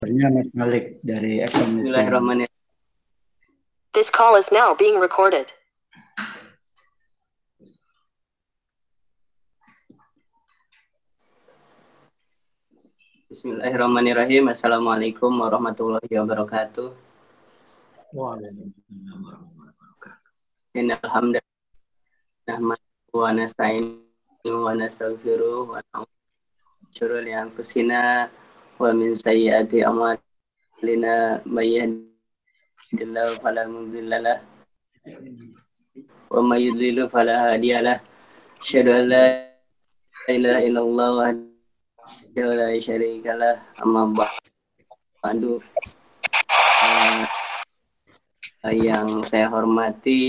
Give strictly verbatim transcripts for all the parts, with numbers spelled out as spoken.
Mas Malik dari Exxon. Bismillahirrahmanirrahim. This call is now being recorded. Bismillahirrahmanirrahim. Assalamualaikum warahmatullahi wabarakatuh. Waalaikumsalam warahmatullahi wabarakatuh. Innal hamdalillah nahmaduhu wa nasta'inuhu wa nastaghfiruh wa na'udzu min syururi anfusina wa min sayyiati a'malina may yahdihillahu fala mudilla lahu wa may yudlil fala hadiya lahu. Asyhadu an la ilaha illallah wahdahu la syarika lahu amma ba'du. Uh, yang saya hormati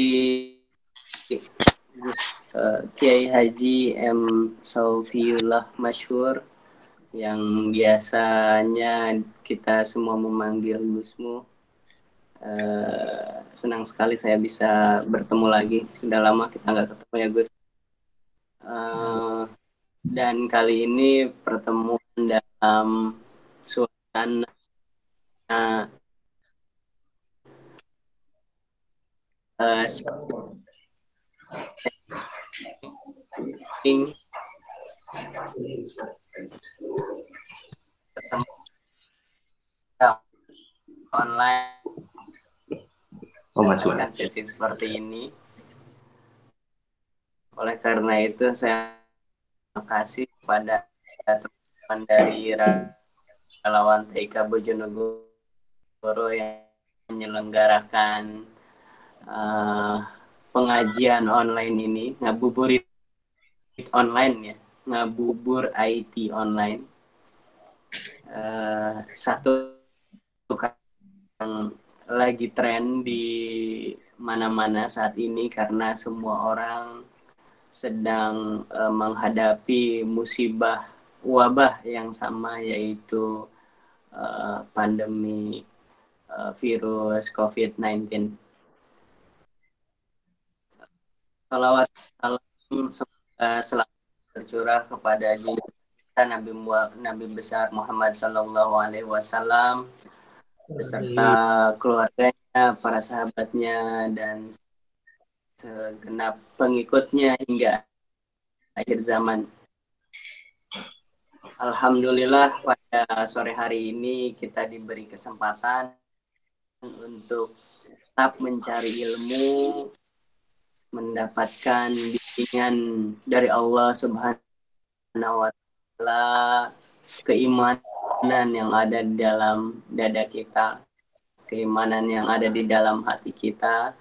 uh, Kiai Haji M. Saufiullah Masyhur, yang biasanya kita semua memanggil Gusmu. Uh, senang sekali saya bisa bertemu lagi. Sudah lama kita nggak ketemu ya Gus. Uh, dan kali ini pertemuan dalam suasana Uh, online oh, sesi seperti ini. Oleh karena itu saya terima kasih kepada teman-teman dari relawan T I K Bojonegoro yang menyelenggarakan Uh, pengajian online ini, ngabuburit online ya, ngabubur I T online. Uh, satu yang lagi tren di mana-mana saat ini karena semua orang sedang uh, menghadapi musibah wabah yang sama, yaitu uh, pandemi uh, virus covid sembilan belas. Salawat salam semoga selalu tercurah kepada junjungan Nabi Nabi besar Muhammad Sallallahu Alaihi Wasallam beserta keluarganya, para sahabatnya, dan segenap pengikutnya hingga akhir zaman. Alhamdulillah pada sore hari ini kita diberi kesempatan untuk tetap mencari ilmu, mendapatkan bimbingan dari Allah Subhanahu wa Ta'ala, keimanan yang ada di dalam dada kita, keimanan yang ada di dalam hati kita,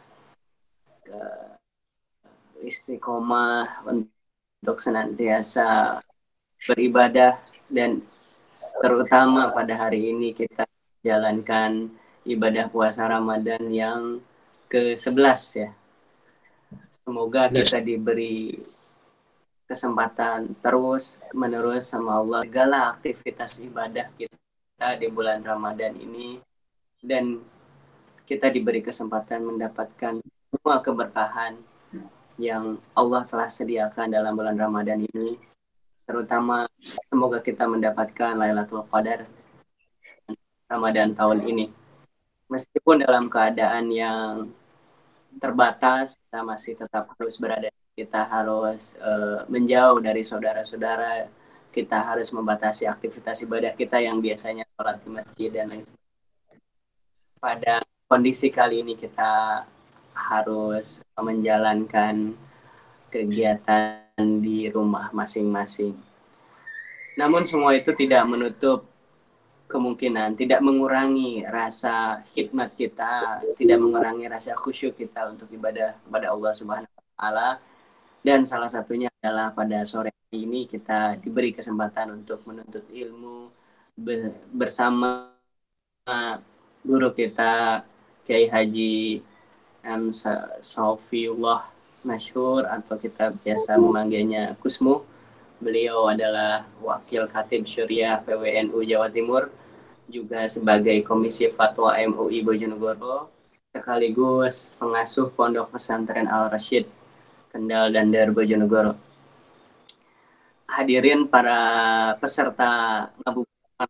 istiqomah untuk senantiasa beribadah, dan terutama pada hari ini kita jalankan ibadah puasa Ramadan yang ke sebelas ya. Semoga kita diberi kesempatan terus menerus sama Allah segala aktivitas ibadah kita di bulan Ramadan ini, dan kita diberi kesempatan mendapatkan semua keberkahan yang Allah telah sediakan dalam bulan Ramadan ini. Terutama semoga kita mendapatkan Lailatul Qadar Ramadan tahun ini. Meskipun dalam keadaan yang terbatas, kita masih tetap harus berada, kita harus uh, menjauh dari saudara-saudara, kita harus membatasi aktivitas ibadah kita yang biasanya sholat di masjid dan lain sebagainya. Pada kondisi kali ini kita harus menjalankan kegiatan di rumah masing-masing. Namun semua itu tidak menutup kemungkinan, tidak mengurangi rasa khidmat kita, tidak mengurangi rasa khusyuk kita untuk ibadah kepada Allah Subhanahu wa Ta'ala. Dan salah satunya adalah pada sore ini kita diberi kesempatan untuk menuntut ilmu bersama guru kita Kiai Haji M. Saufiullah Masyhur, atau kita biasa memanggilnya Gusmu. Beliau adalah Wakil Khatib Syuriah P W N U Jawa Timur, juga sebagai Komisi Fatwa M U I Bojonegoro, sekaligus pengasuh Pondok Pesantren Al-Rasyid Kendal Dandar Bojonegoro. Hadirin para peserta ngabuburit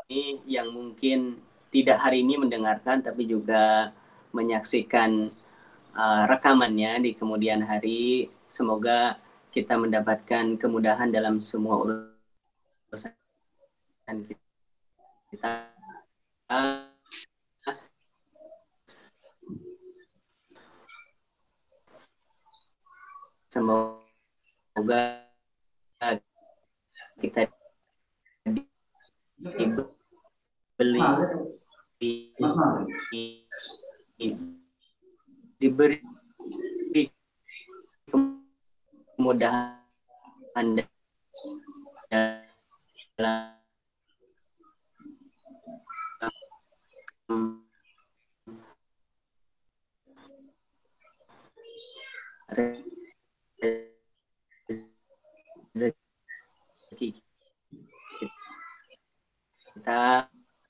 yang mungkin tidak hari ini mendengarkan tapi juga menyaksikan uh, rekamannya di kemudian hari. Semoga kita mendapatkan kemudahan dalam semua urusan kita. Semoga kita dibeli, diberi kemudahan dalam rezeki kita.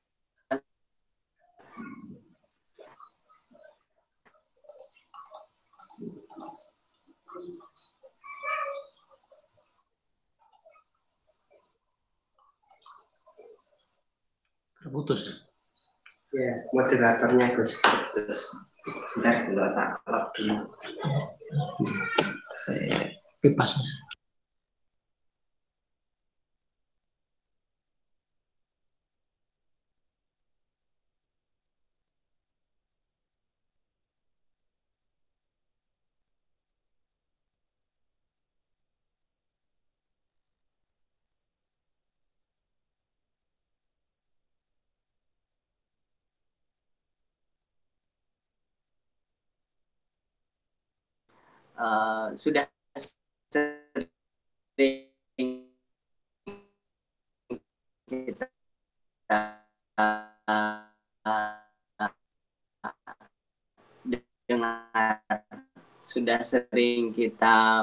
Terputus ya? Ya, moderatornya Gus. Gus. Bentar, dulu tak lock dulu. Kipasnya. Uh, sudah sering kita dengar, sudah sering kita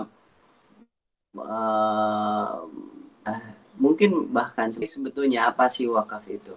uh, mungkin bahkan sebetulnya apa sih wakaf itu,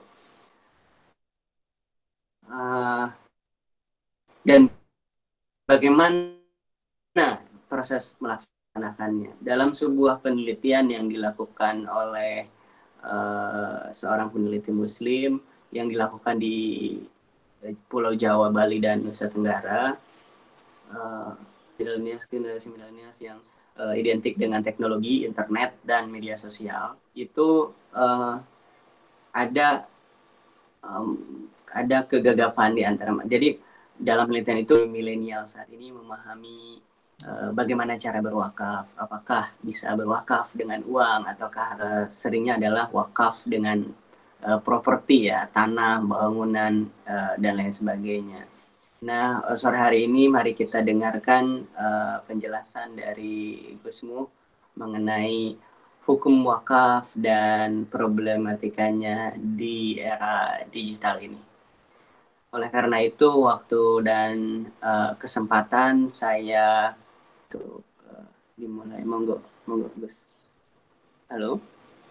uh, dan bagaimana proses melaksanakannya. Dalam sebuah penelitian yang dilakukan oleh uh, seorang peneliti Muslim yang dilakukan di Pulau Jawa, Bali, dan Nusa Tenggara, uh, milenials, generasi milenials yang uh, identik dengan teknologi, internet, dan media sosial, itu uh, ada um, ada kegagapan di antara. Jadi dalam penelitian itu milenial saat ini memahami uh, bagaimana cara berwakaf, apakah bisa berwakaf dengan uang ataukah uh, seringnya adalah wakaf dengan uh, properti ya, tanah, bangunan, uh, dan lain sebagainya. Nah, uh, sore hari ini mari kita dengarkan uh, penjelasan dari Gus Muh mengenai hukum wakaf dan problematikanya di era digital ini. Oleh karena itu, waktu dan uh, kesempatan saya untuk uh, dimulai. Monggo, monggo Gus. Halo?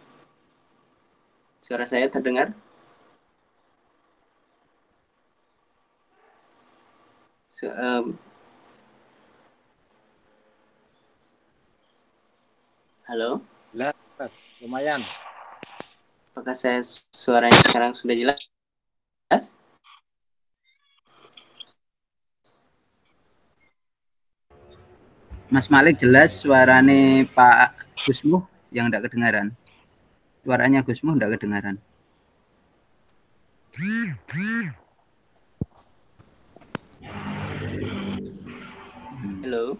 Suara saya terdengar? So, um, halo? Jelas, lumayan. Apakah saya suaranya sekarang sudah jelas? Mas Malik jelas, suaranya Pak Gus Muh yang tidak kedengaran. Suaranya Gus Muh tidak kedengaran. Halo.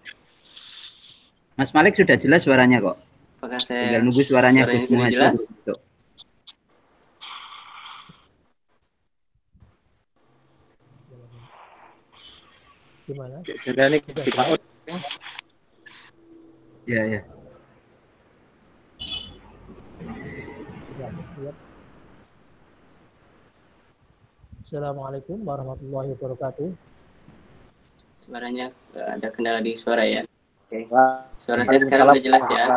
Mas Malik sudah jelas suaranya kok. Apakah saya tinggal nunggu suaranya, suaranya Gus Muh sudah aja. jelas? Gitu. Gimana? Sudah nih kita. Ya, ya. Assalamualaikum warahmatullahi wabarakatuh. Suaranya ada kendala di suara ya. Oke. Suara saya sekarang sudah jelas ya.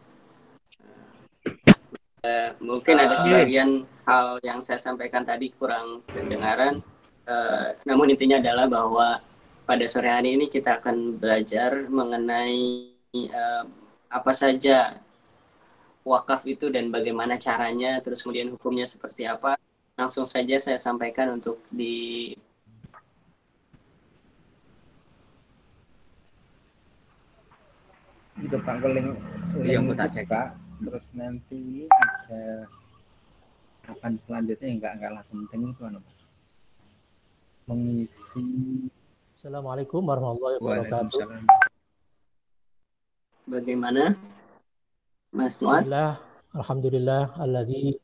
Uh, mungkin ada sebagian hal yang saya sampaikan tadi kurang kedengaran. Uh, namun intinya adalah bahwa pada sore hari ini kita akan belajar mengenai uh, apa saja wakaf itu dan bagaimana caranya, terus kemudian hukumnya seperti apa, langsung saja saya sampaikan untuk di Itu Pak link, Yang link tak itu, cek. Pak. Terus nanti ada akan selanjutnya yang nggak kalah penting itu apa? Mengisi. Assalamualaikum warahmatullahi wabarakatuh. Waalaikumsalam. bagaimana, Mas Muad? Bismillah, alhamdulillah, alladzi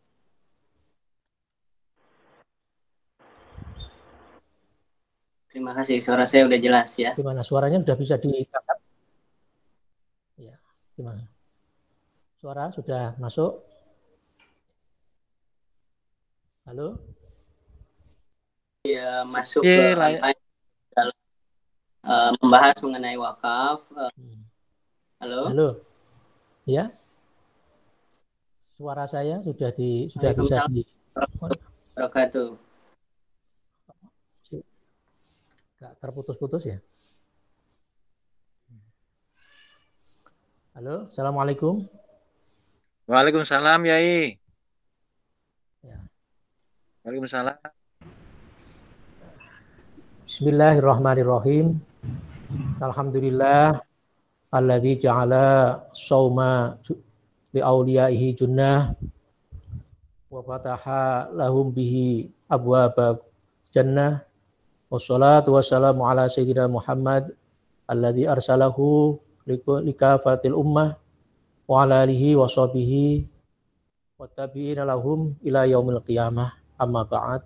Terima kasih, suara saya udah jelas ya. gimana suaranya sudah bisa diangkat? Ya, gimana? Suara sudah masuk? Halo? Ya, masuk Oke, ke layak. apa dalam uh, membahas mengenai wakaf. Uh, Hmm. halo? Halo? Ya? Suara saya sudah di sudah bisa Waalaikumsalam di warahmatullahi wabarakatuh. nggak terputus-putus ya? Halo, assalamualaikum. Waalaikumsalam, Yai. Ya. Waalaikumsalam. Bismillahirrahmanirrahim. Alhamdulillah alladzi ja'ala shauma li auliyaihi junnah wa fataha lahum bihi abwaaba jannah wassalatu wassalamu ala sayyidina Muhammad alladzi arsalahu likafatil ummah wa ala alihi wa sahbihi wa tabi'ina lahum ila yaumil qiyamah amma ba'd.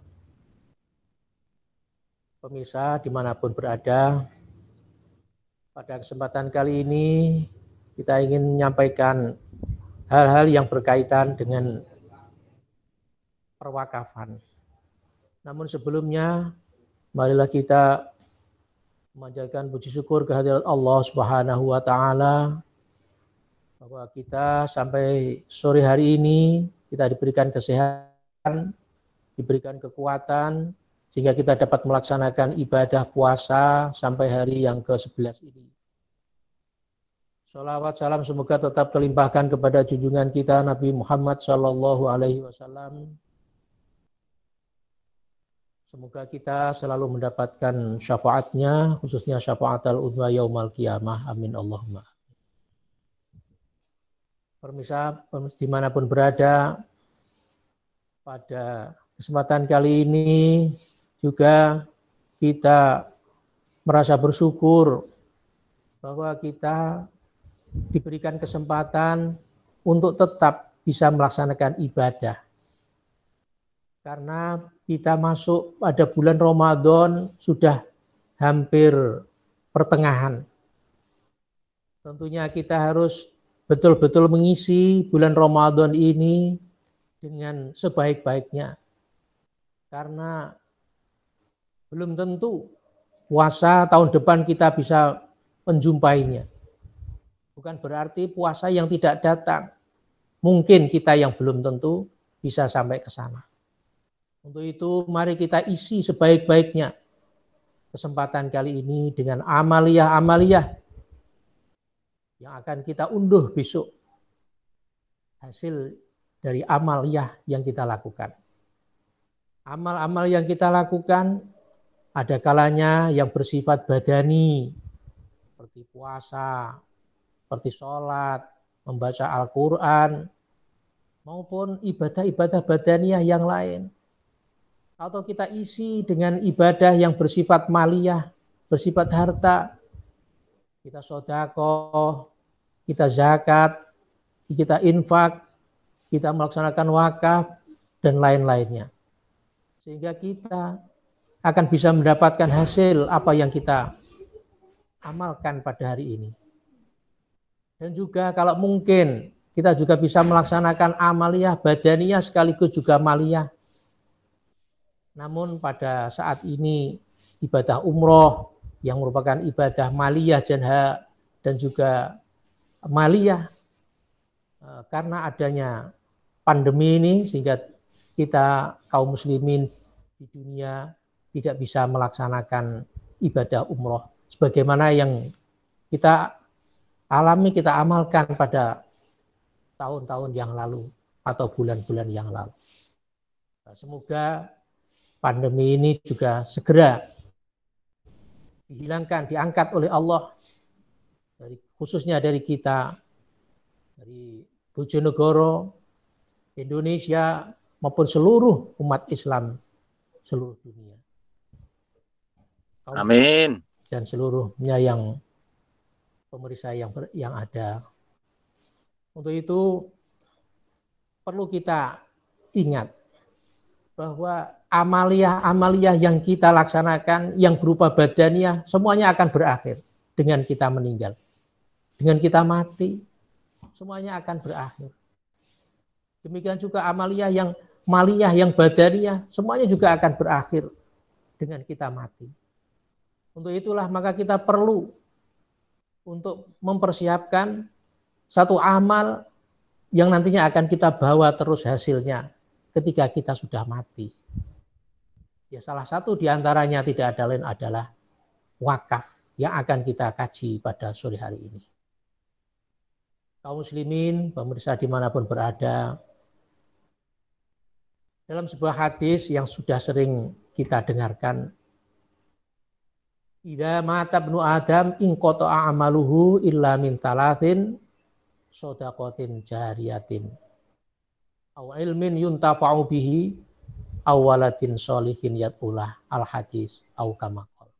Pemirsa dimanapun berada, pada kesempatan kali ini kita ingin menyampaikan hal-hal yang berkaitan dengan perwakafan. Namun sebelumnya, marilah kita memanjatkan puji syukur kehadirat Allah Subhanahu wa taala bahwa kita sampai sore hari ini kita diberikan kesehatan, diberikan kekuatan sehingga kita dapat melaksanakan ibadah puasa sampai hari yang ke sebelas ini. Sholawat salam semoga tetap terlimpahkan kepada junjungan kita Nabi Muhammad Sallallahu Alaihi Wasallam. Semoga kita selalu mendapatkan syafaatnya, khususnya syafaat al-udma yaumal qiyamah. Amin Allahumma. Pemirsa dimanapun berada, pada kesempatan kali ini juga kita merasa bersyukur bahwa kita diberikan kesempatan untuk tetap bisa melaksanakan ibadah. Karena kita masuk pada bulan Ramadan sudah hampir pertengahan. Tentunya kita harus betul-betul mengisi bulan Ramadan ini dengan sebaik-baiknya. Karena belum tentu puasa tahun depan kita bisa menjumpainya. Bukan berarti puasa yang tidak datang. Mungkin kita yang belum tentu bisa sampai ke sana. Untuk itu mari kita isi sebaik-baiknya kesempatan kali ini dengan amaliyah-amaliyah yang akan kita unduh besok. Hasil dari amaliyah yang kita lakukan. Amal-amal yang kita lakukan ada kalanya yang bersifat badani, seperti puasa, seperti sholat, membaca Al-Quran, maupun ibadah-ibadah badaniyah yang lain. Atau kita isi dengan ibadah yang bersifat maliyah, bersifat harta. Kita sedekah, kita zakat, kita infak, kita melaksanakan wakaf, dan lain-lainnya. Sehingga kita akan bisa mendapatkan hasil apa yang kita amalkan pada hari ini. Dan juga kalau mungkin kita juga bisa melaksanakan amaliyah badaniyah sekaligus juga maliyah. Namun pada saat ini ibadah umroh yang merupakan ibadah maliyah dan juga maliyah karena adanya pandemi ini sehingga kita kaum muslimin di dunia tidak bisa melaksanakan ibadah umroh sebagaimana yang kita alami, kita amalkan pada tahun-tahun yang lalu atau bulan-bulan yang lalu. Nah, semoga pandemi ini juga segera dihilangkan, diangkat oleh Allah, dari, khususnya dari kita, dari Bojonegoro, Indonesia, maupun seluruh umat Islam seluruh dunia. Amin. Dan seluruhnya yang pemirsa yang ber, yang ada. Untuk itu perlu kita ingat bahwa amaliyah-amaliyah yang kita laksanakan yang berupa badaniah semuanya akan berakhir dengan kita meninggal. Dengan kita mati, semuanya akan berakhir. Demikian juga amaliyah yang maliyah, yang badaniah, semuanya juga akan berakhir dengan kita mati. Untuk itulah maka kita perlu untuk mempersiapkan satu amal yang nantinya akan kita bawa terus hasilnya ketika kita sudah mati. Ya, salah satu diantaranya tidak ada lain adalah wakaf yang akan kita kaji pada sore hari ini. Kaum muslimin, pemirsa dimanapun berada, dalam sebuah hadis yang sudah sering kita dengarkan, idza mata ibnu Adam in qata'a amaluhu illa min talatin shadaqatin jariyatin aw ilmin yuntafa'u bihi aw waladin sholihin yad'ulah, al hadis aw kama qala.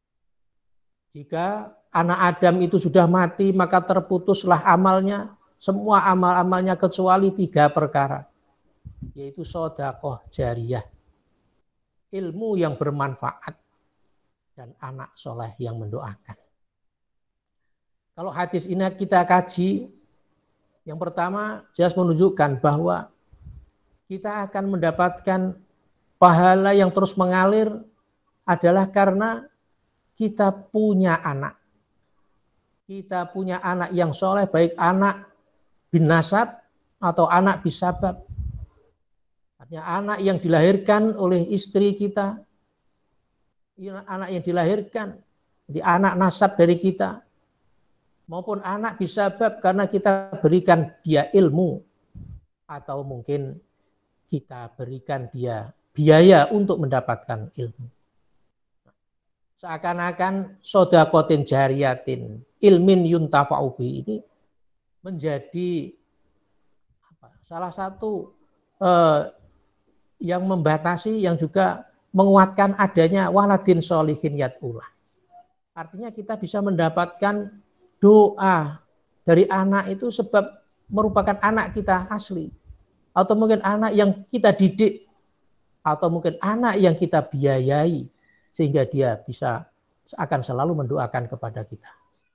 Jika anak Adam itu sudah mati, maka terputuslah amalnya, semua amal-amalnya kecuali tiga perkara, yaitu sedekah jariyah, ilmu yang bermanfaat, dan anak soleh yang mendoakan. Kalau hadis ini kita kaji, yang pertama jelas menunjukkan bahwa kita akan mendapatkan pahala yang terus mengalir adalah karena kita punya anak. Kita punya anak yang soleh, baik anak bin nasab atau anak bisabab. Artinya anak yang dilahirkan oleh istri kita, anak yang dilahirkan, jadi anak nasab dari kita, maupun anak bisabab karena kita berikan dia ilmu, atau mungkin kita berikan dia biaya untuk mendapatkan ilmu. Seakan-akan shadaqatin jariyatin, ilmin yuntafa'u bihi ini menjadi apa, salah satu eh, yang membatasi, yang juga menguatkan adanya waladin sholihin yad'ulah. Artinya kita bisa mendapatkan doa dari anak itu sebab merupakan anak kita asli, atau mungkin anak yang kita didik, atau mungkin anak yang kita biayai sehingga dia bisa akan selalu mendoakan kepada kita.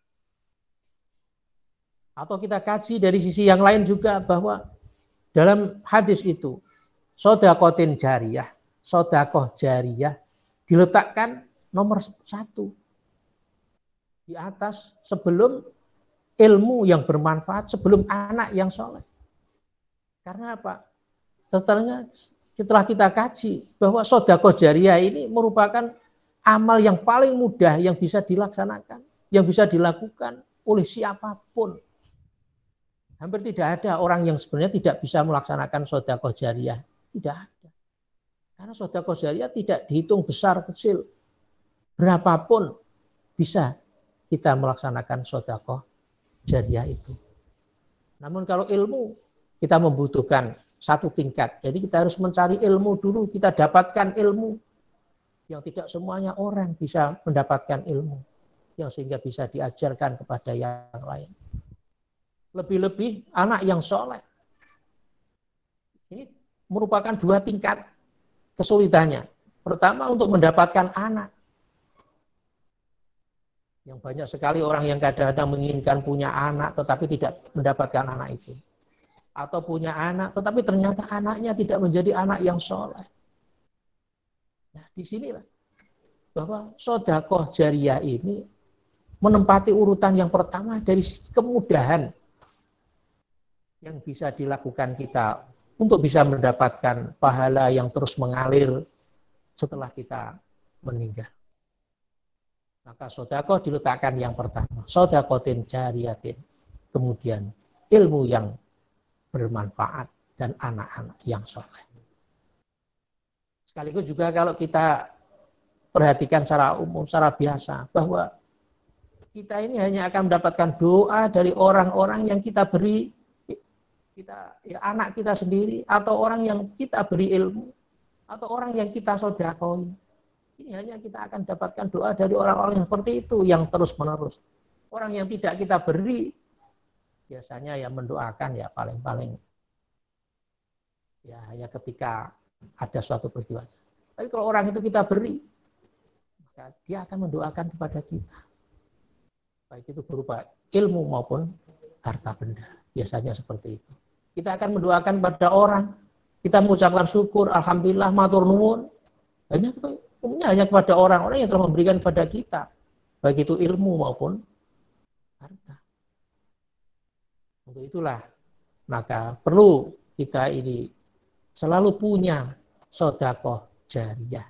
Atau kita kaji dari sisi yang lain juga bahwa dalam hadis itu shadaqatin jariyah, sedekah jariyah diletakkan nomor satu di atas sebelum ilmu yang bermanfaat, sebelum anak yang soleh. Karena apa? Setelahnya, setelah kita kaji bahwa sedekah jariyah ini merupakan amal yang paling mudah yang bisa dilaksanakan, yang bisa dilakukan oleh siapapun. Hampir tidak ada orang yang sebenarnya tidak bisa melaksanakan sedekah jariyah. Tidak ada. Karena sedekah jariyah tidak dihitung besar kecil. Berapapun bisa kita melaksanakan sedekah jariyah itu. Namun kalau ilmu, kita membutuhkan satu tingkat. Jadi kita harus mencari ilmu dulu, kita dapatkan ilmu. Yang tidak semuanya orang bisa mendapatkan ilmu. Yang sehingga bisa diajarkan kepada yang lain. Lebih-lebih anak yang soleh. Ini merupakan dua tingkat kesulitannya. Pertama untuk mendapatkan anak. Yang banyak sekali orang yang kadang-kadang menginginkan punya anak tetapi tidak mendapatkan anak itu. Atau punya anak tetapi ternyata anaknya tidak menjadi anak yang soleh. Nah, disinilah bahwa sedekah jariyah ini menempati urutan yang pertama dari kemudahan yang bisa dilakukan kita untuk bisa mendapatkan pahala yang terus mengalir setelah kita meninggal. Maka sedekah diletakkan yang pertama, sedekatin jariyatin. Kemudian ilmu yang bermanfaat dan anak-anak yang soleh. Sekaligus juga kalau kita perhatikan secara umum, secara biasa, bahwa kita ini hanya akan mendapatkan doa dari orang-orang yang kita beri, kita ya, anak kita sendiri, atau orang yang kita beri ilmu, atau orang yang kita sedekahkan. Ini hanya kita akan dapatkan doa dari orang-orang yang seperti itu, yang terus-menerus. Orang yang tidak kita beri, biasanya ya mendoakan ya paling-paling ya hanya ketika ada suatu peristiwa. Tapi kalau orang itu kita beri, maka dia akan mendoakan kepada kita. Baik itu berupa ilmu maupun harta benda. Biasanya seperti itu. Kita akan mendoakan pada orang. Kita mengucapkan syukur, alhamdulillah, matur nuwun. Hanya, umumnya hanya kepada orang-orang yang telah memberikan kepada kita. Baik itu ilmu maupun harta. Untuk itulah, maka perlu kita ini selalu punya sedekah jariyah.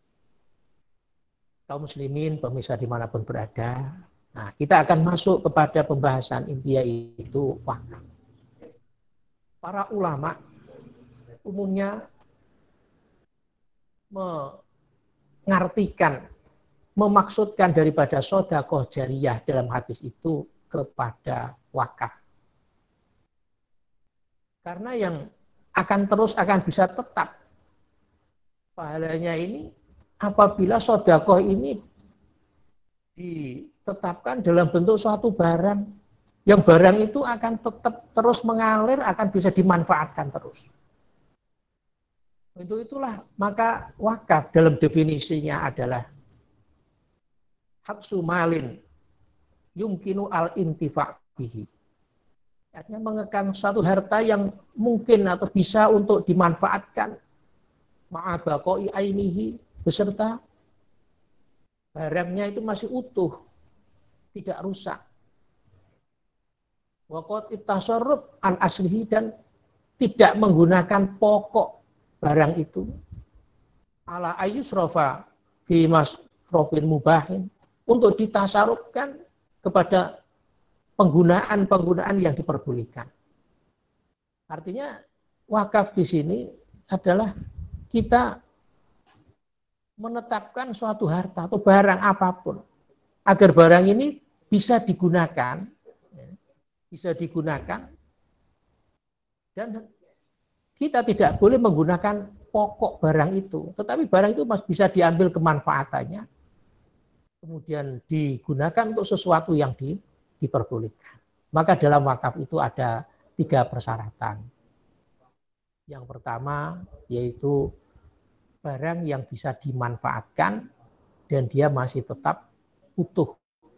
Kaum muslimin, pemirsa dimanapun berada, nah kita akan masuk kepada pembahasan intinya itu wakaf. Para ulama umumnya mengartikan, memaksudkan daripada sedekah jariyah dalam hadis itu kepada wakaf. Karena yang akan terus akan bisa tetap pahalanya ini apabila sedekah ini ditetapkan dalam bentuk suatu barang, yang barang itu akan tetap terus mengalir, akan bisa dimanfaatkan terus. Untuk itulah maka wakaf dalam definisinya adalah habsu malin yumkinu al-intifa' bihi. Artinya mengekang satu harta yang mungkin atau bisa untuk dimanfaatkan ma'abaqoi ainihi, beserta barangnya itu masih utuh, tidak rusak. Waqat itasarruf an aslihi, dan tidak menggunakan pokok barang itu. Ala ayyusrafa fi masrofin mubahin, untuk ditasarrufkan kepada penggunaan-penggunaan yang diperbolehkan. Artinya wakaf di sini adalah kita menetapkan suatu harta atau barang apapun agar barang ini bisa digunakan, bisa digunakan, dan kita tidak boleh menggunakan pokok barang itu, tetapi barang itu masih bisa diambil kemanfaatannya, kemudian digunakan untuk sesuatu yang di diperbolehkan. Maka dalam wakaf itu ada tiga persyaratan. Yang pertama yaitu barang yang bisa dimanfaatkan dan dia masih tetap utuh.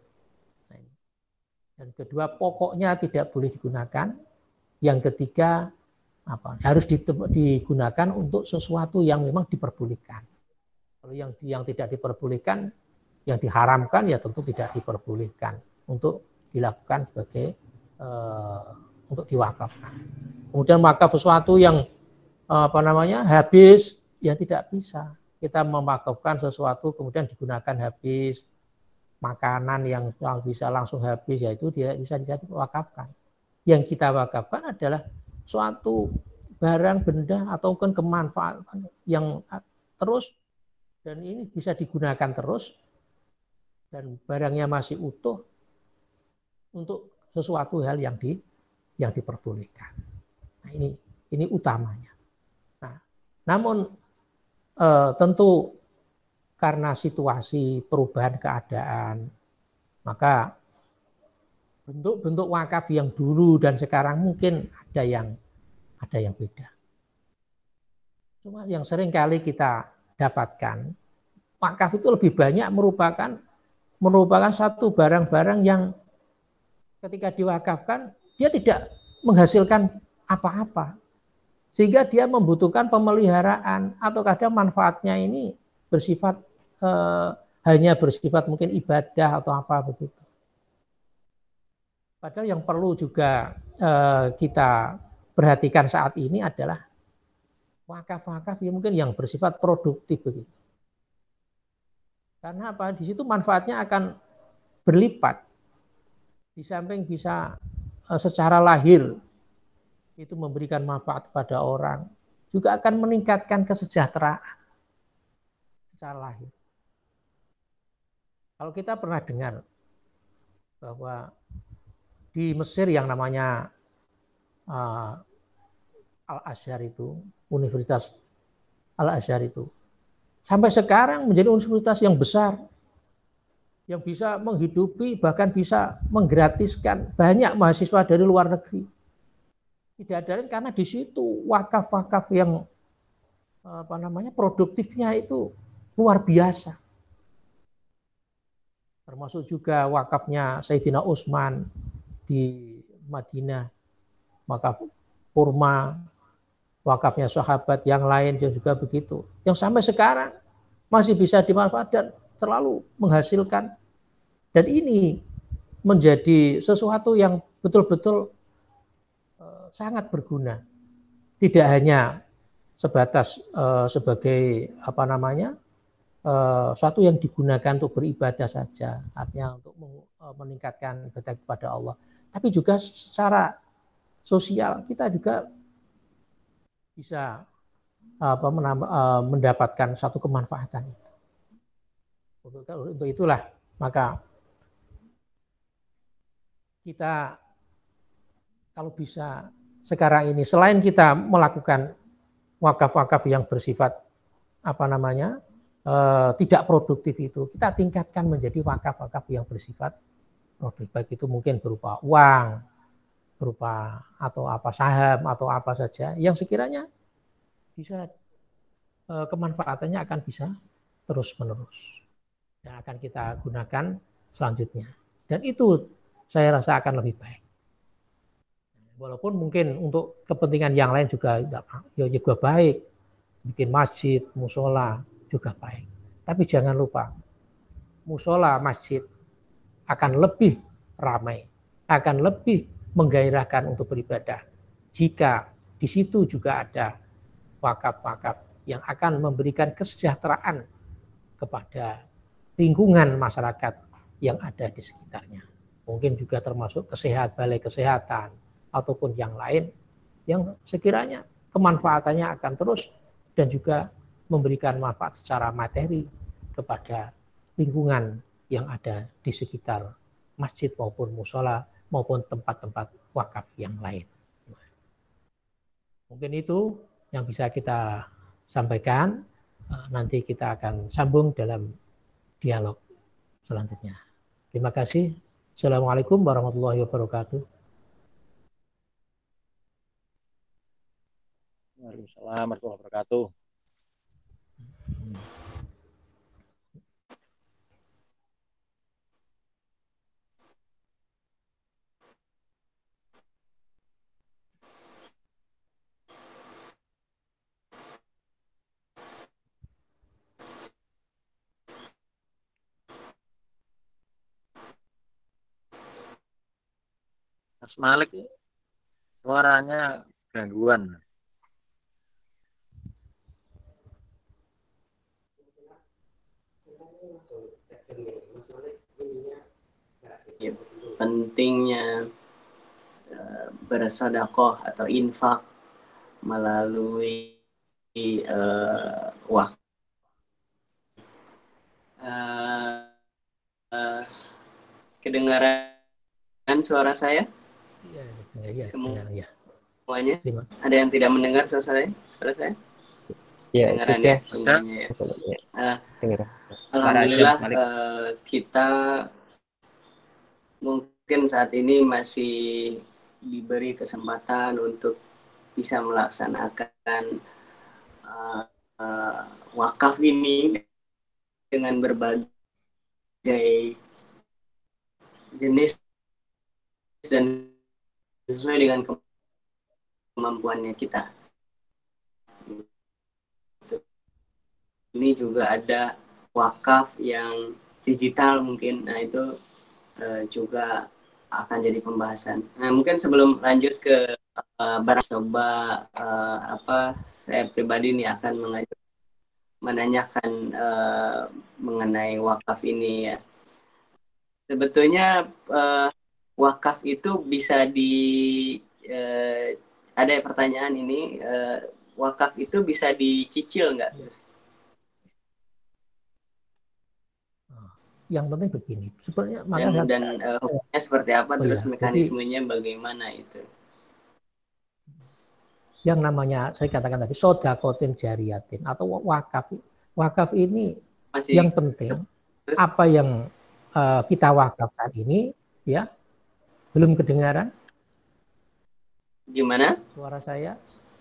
Dan kedua, pokoknya tidak boleh digunakan. Yang ketiga, apa, harus digunakan untuk sesuatu yang memang diperbolehkan. Kalau yang yang tidak diperbolehkan, yang diharamkan ya tentu tidak diperbolehkan untuk dilakukan sebagai uh, untuk diwakafkan. Kemudian wakaf sesuatu yang uh, apa namanya habis, ya tidak bisa. Kita mewakafkan sesuatu kemudian digunakan habis, makanan yang bisa langsung habis, yaitu dia bisa diwakafkan. Yang kita wakafkan adalah suatu barang, benda atau kan kemanfaatan yang terus dan ini bisa digunakan terus dan barangnya masih utuh untuk sesuatu hal yang di yang diperbolehkan. Nah, ini ini utamanya. Nah, namun eh, tentu karena situasi perubahan keadaan, maka bentuk-bentuk wakaf yang dulu dan sekarang mungkin ada yang ada yang beda. Cuma yang sering kali kita dapatkan, wakaf itu lebih banyak merupakan merupakan satu barang-barang yang ketika diwakafkan, dia tidak menghasilkan apa-apa. Sehingga dia membutuhkan pemeliharaan atau kadang manfaatnya ini bersifat eh, hanya bersifat mungkin ibadah atau apa begitu. Padahal yang perlu juga eh, kita perhatikan saat ini adalah wakaf-wakaf yang mungkin yang bersifat produktif begitu. Karena apa? Di situ manfaatnya akan berlipat. Di samping bisa secara lahir itu memberikan manfaat pada orang, juga akan meningkatkan kesejahteraan secara lahir. Kalau kita pernah dengar bahwa di Mesir yang namanya uh, Al-Azhar itu, Universitas Al-Azhar itu, sampai sekarang menjadi universitas yang besar, yang bisa menghidupi, bahkan bisa menggratiskan banyak mahasiswa dari luar negeri. Tidak ada lain karena di situ wakaf-wakaf yang apa namanya produktifnya itu luar biasa. Termasuk juga wakafnya Sayyidina Utsman di Madinah, wakaf kurma, wakafnya sahabat yang lain yang juga begitu. Yang sampai sekarang masih bisa dimanfaatkan dan terlalu menghasilkan. Dan ini menjadi sesuatu yang betul-betul uh, sangat berguna. Tidak hanya sebatas uh, sebagai apa namanya uh, suatu yang digunakan untuk beribadah saja, artinya untuk uh, meningkatkan ibadah kepada Allah, tapi juga secara sosial kita juga bisa apa, menambah, uh, mendapatkan satu kemanfaatan itu. Untuk, untuk itulah maka kita kalau bisa sekarang ini selain kita melakukan wakaf-wakaf yang bersifat apa namanya eh, tidak produktif itu, kita tingkatkan menjadi wakaf-wakaf yang bersifat produktif, baik itu mungkin berupa uang, berupa atau apa saham atau apa saja yang sekiranya bisa eh, kemanfaatannya akan bisa terus menerus yang akan kita gunakan selanjutnya, dan itu saya rasa akan lebih baik. Walaupun mungkin untuk kepentingan yang lain juga ya juga baik, bikin masjid, musola juga baik. Tapi jangan lupa, musola, masjid akan lebih ramai, akan lebih menggairahkan untuk beribadah jika di situ juga ada wakaf-wakaf yang akan memberikan kesejahteraan kepada lingkungan masyarakat yang ada di sekitarnya. Mungkin juga termasuk kesehatan, balai kesehatan, ataupun yang lain yang sekiranya kemanfaatannya akan terus dan juga memberikan manfaat secara materi kepada lingkungan yang ada di sekitar masjid maupun musola maupun tempat-tempat wakaf yang lain. Mungkin itu yang bisa kita sampaikan. Nanti kita akan sambung dalam dialog selanjutnya. Terima kasih. Assalamualaikum warahmatullahi wabarakatuh. Waalaikumsalam warahmatullahi wabarakatuh. Mas Malik suaranya gangguan. Ya, pentingnya uh, bersedekah atau infak melalui uh, wakaf. Uh, uh, kedengaran suara saya? Ya, ya, ya, Semua, ya. semuanya? Terima. Ada yang tidak mendengar suara saya? Suara saya? Ya, Kedengaran sudah. ya semuanya ya. Uh, Alhamdulillah uh, kita mungkin saat ini masih diberi kesempatan untuk bisa melaksanakan uh, uh, wakaf ini dengan berbagai jenis dan sesuai dengan kemampuannya kita. Ini juga ada wakaf yang digital mungkin, nah itu uh, juga akan jadi pembahasan. Nah mungkin sebelum lanjut ke uh, barang coba uh, apa saya pribadi nih akan mengajak, menanyakan uh, mengenai wakaf ini ya. Sebetulnya uh, wakaf itu bisa di uh, ada pertanyaan ini, uh, wakaf itu bisa dicicil nggak, Gus? Yang penting begini, sebenarnya maka Dan, dan uh, hukumnya seperti apa, oh terus ya, mekanismenya jadi, bagaimana itu? Yang namanya saya katakan tadi sodakotin jariyatin atau wakaf, wakaf ini Masih, yang penting terus, apa yang uh, kita wakafkan ini ya belum kedengaran? Gimana? Suara saya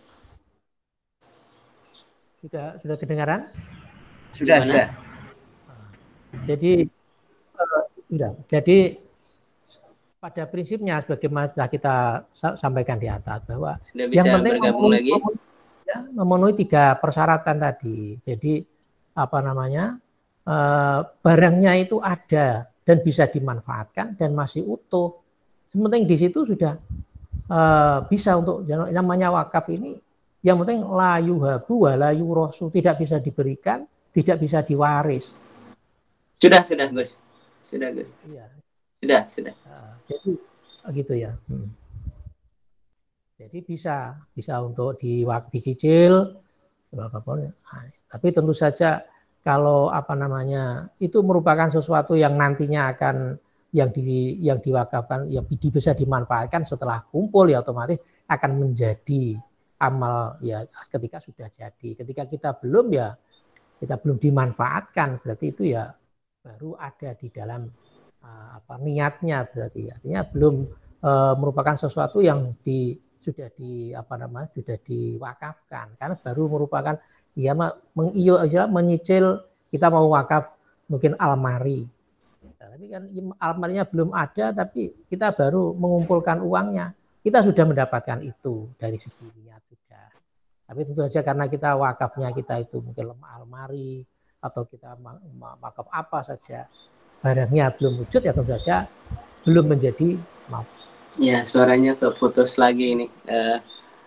sudah sudah kedengaran? Sudah, Gimana? sudah. Jadi uh, sudah. Jadi pada prinsipnya sebagaimana kita sampaikan di atas bahwa sudah bisa yang penting bergabung memenuhi, lagi ya, memenuhi tiga persyaratan tadi. Jadi apa namanya uh, barangnya itu ada dan bisa dimanfaatkan dan masih utuh. Sementing di situ sudah uh, bisa untuk namanya wakaf ini. Yang penting la yuhabu wa la yurosu, tidak bisa diberikan, tidak bisa diwaris. Sudah, sudah Gus. Sudah Gus. Iya. Sudah, sudah. Nah, jadi gitu ya. Hmm. Jadi bisa, bisa untuk di dicicil, apapun. Nah, tapi tentu saja kalau apa namanya itu merupakan sesuatu yang nantinya akan yang di yang diwakafkan, yang bisa dimanfaatkan setelah kumpul ya otomatis akan menjadi amal ya ketika sudah jadi. Ketika kita belum ya kita belum dimanfaatkan berarti itu ya baru ada di dalam uh, apa niatnya berarti artinya belum uh, merupakan sesuatu yang di sudah di apa namanya sudah diwakafkan karena baru merupakan ya mengiyo menyicil kita mau wakaf mungkin almari. Nah, tapi kan almarinya belum ada tapi kita baru mengumpulkan uangnya. Kita sudah mendapatkan itu dari segi niat sudah. Tapi tentu saja karena kita wakafnya kita itu mungkin almari atau kita wakaf apa saja barangnya belum wujud ya tentu saja belum menjadi maaf. Ya suaranya keputus lagi ini. Uh,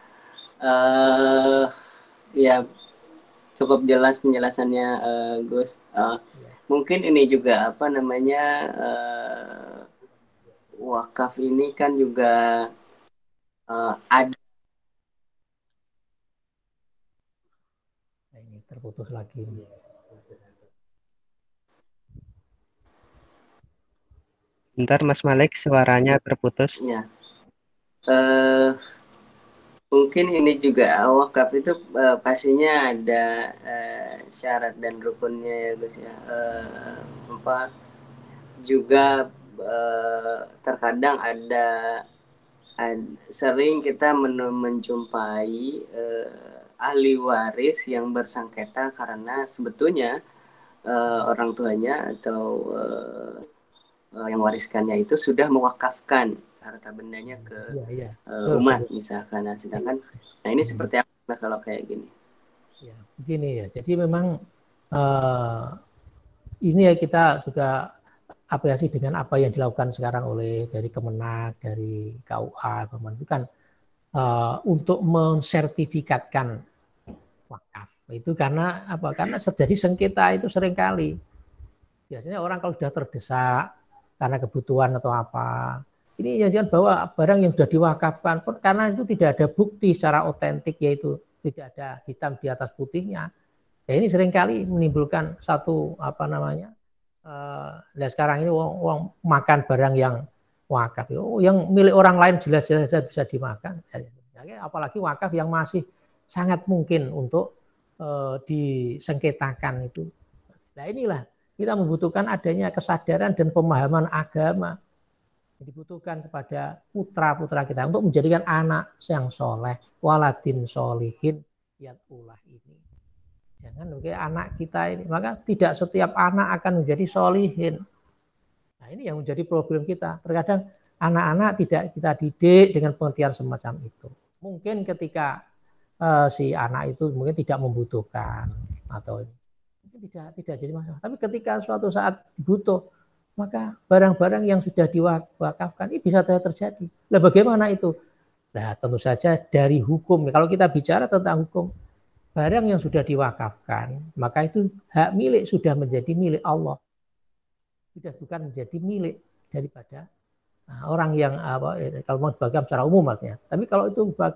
uh, ya cukup jelas penjelasannya uh, Gus. Uh, ya. Mungkin ini juga apa namanya uh, wakaf ini kan juga uh, ada. Nah, ini terputus lagi. Ini. Bentar Mas Malik, suaranya terputus. Ya. Uh, mungkin ini juga wakaf itu uh, pastinya ada uh, syarat dan rukunnya ya Gus ya. Uh, apa juga uh, terkadang ada, ada sering kita men menjumpai uh, ahli waris yang bersengketa karena sebetulnya uh, orang tuanya atau uh, yang wariskannya itu sudah mewakafkan harta bendanya ke ya, ya. Uh, umat misalkan. Nah, sedangkan nah ini hmm. seperti apa kalau kayak gini? Ya, begini ya. Jadi memang uh, ini ya kita juga apresiasi dengan apa yang dilakukan sekarang oleh dari Kemenak, dari K U A, itu kan uh, untuk mensertifikatkan wakaf. Itu karena apa? Karena terjadi sengketa itu seringkali. Biasanya orang kalau sudah terdesak karena kebutuhan atau apa. Ini yang jangan bawa barang yang sudah diwakafkan karena itu tidak ada bukti secara otentik yaitu tidak ada hitam di atas putihnya. Ya ini seringkali menimbulkan satu apa namanya. Uh, nah sekarang ini orang, orang makan barang yang wakaf, oh, yang milik orang lain jelas-jelas bisa dimakan. Ya, apalagi wakaf yang masih sangat mungkin untuk uh, disengketakan itu. Nah inilah kita membutuhkan adanya kesadaran dan pemahaman agama yang dibutuhkan kepada putra-putra kita untuk menjadikan anak yang soleh, waladin solihin yatulah ini. Jangan oke anak kita ini, maka tidak setiap anak akan menjadi solihin. Nah ini yang menjadi problem kita. Terkadang anak-anak tidak kita didik dengan pengertian semacam itu. Mungkin ketika uh, si anak itu mungkin tidak membutuhkan atau ini. Tidak tidak jadi masalah. Tapi ketika suatu saat dibutuh, maka barang-barang yang sudah diwakafkan ini bisa terjadi. Nah, bagaimana itu? Nah, tentu saja dari hukum. Kalau kita bicara tentang hukum, barang yang sudah diwakafkan, maka itu hak milik sudah menjadi milik Allah. Sudah bukan menjadi milik daripada nah, orang yang apa kalau mau dibagi secara umum artinya. Tapi kalau itu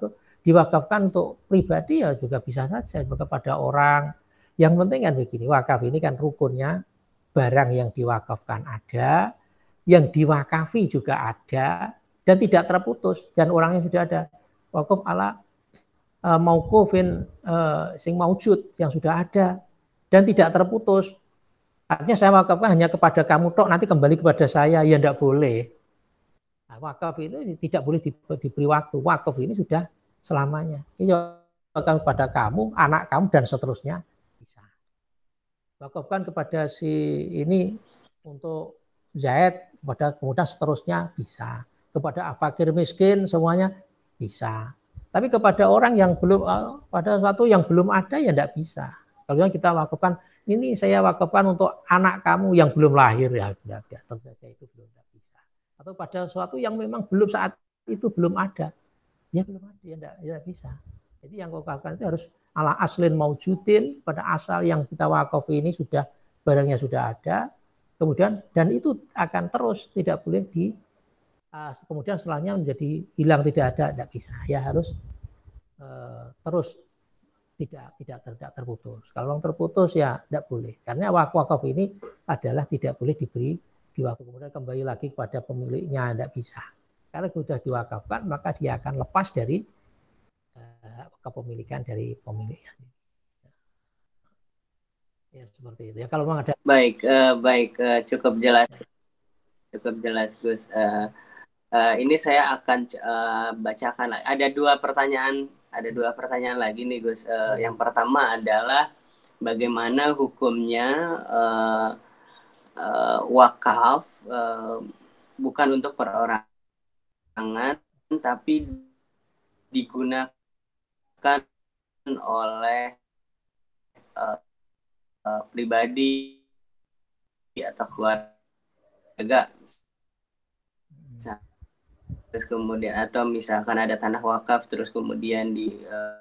diwakafkan untuk pribadi ya juga bisa saja kepada orang. Yang penting kan begini, wakaf ini kan rukunnya barang yang diwakafkan ada, yang diwakafi juga ada, dan tidak terputus, dan orangnya sudah ada. Wakaf ala uh, mauqufin uh, sing maujud yang sudah ada dan tidak terputus. Artinya saya wakafkan hanya kepada kamu tok, nanti kembali kepada saya, ya tidak boleh. Nah, wakaf ini tidak boleh diberi waktu. Wakaf ini sudah selamanya. Ini wakaf kepada kamu, anak kamu, dan seterusnya. Bisa. Wakafkan kepada si ini untuk Zaid, kepada kemudian seterusnya bisa. Kepada fakir miskin semuanya bisa. Tapi kepada orang yang belum, pada suatu yang belum ada ya tidak bisa. Kalau kita wakafkan, ini saya wakafkan untuk anak kamu yang belum lahir, ya tidak, tentu saja itu belum bisa. Atau pada suatu yang memang belum saat itu belum ada, ya belum ada, ya tidak, ya bisa. Jadi yang wakafkan itu harus ala aslin maujudin, pada asal yang kita wakaf ini sudah barangnya sudah ada, kemudian dan itu akan terus, tidak boleh di uh, kemudian setelahnya menjadi hilang, tidak ada, tidak bisa. Ya harus uh, terus tidak tidak tidak terputus. Kalau terputus ya tidak boleh, karena wakaf ini adalah tidak boleh diberi di waktu kemudian kembali lagi kepada pemiliknya, tidak bisa. Karena sudah diwakafkan maka dia akan lepas dari uh, kepemilikan dari pemiliknya. Ya seperti itu ya. Kalau memang ada. Baik, uh, baik, uh, cukup jelas, cukup jelas Gus. Uh, uh, ini saya akan uh, bacakan. Ada dua pertanyaan, ada dua pertanyaan lagi nih Gus. Uh, yang pertama adalah bagaimana hukumnya uh, uh, wakaf uh, bukan untuk perorangan, tapi digunakan oleh uh, uh, pribadi atau keluarga. Terus kemudian atau misalkan ada tanah wakaf terus kemudian digunakan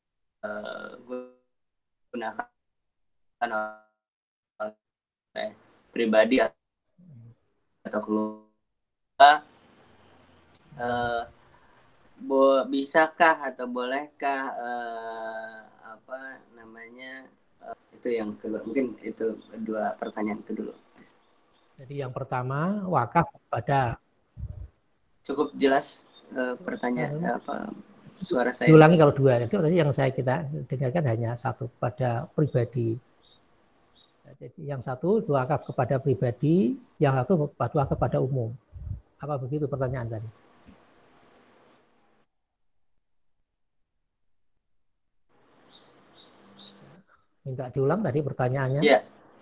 uh, uh, oleh pribadi atau keluarga. Uh, bo, bisakah atau bolehkah uh, apa namanya uh, itu yang kedua, mungkin itu dua pertanyaan itu dulu. Jadi yang pertama wakaf pada. Cukup jelas uh, pertanyaan uh, apa suara saya. Diulangi kalau dua. Itu tadi yang saya kita dengarkan hanya satu pada pribadi. Jadi yang satu wakaf kepada pribadi, yang satu wakaf kepada umum. Apa begitu pertanyaan tadi? Minta diulang tadi pertanyaannya. Iya.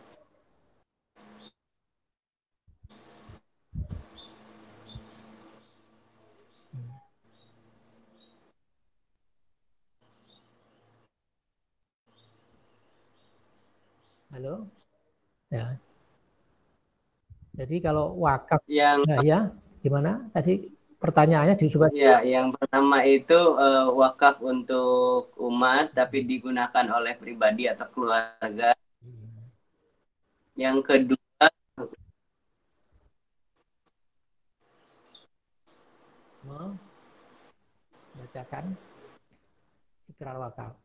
Halo. Ya. Jadi kalau wakaf yang ya, ya gimana? Tadi pertanyaannya juga. Ya, yang pertama itu uh, wakaf untuk umat tapi digunakan oleh pribadi atau keluarga. Yang kedua membacakan ikrar wakaf.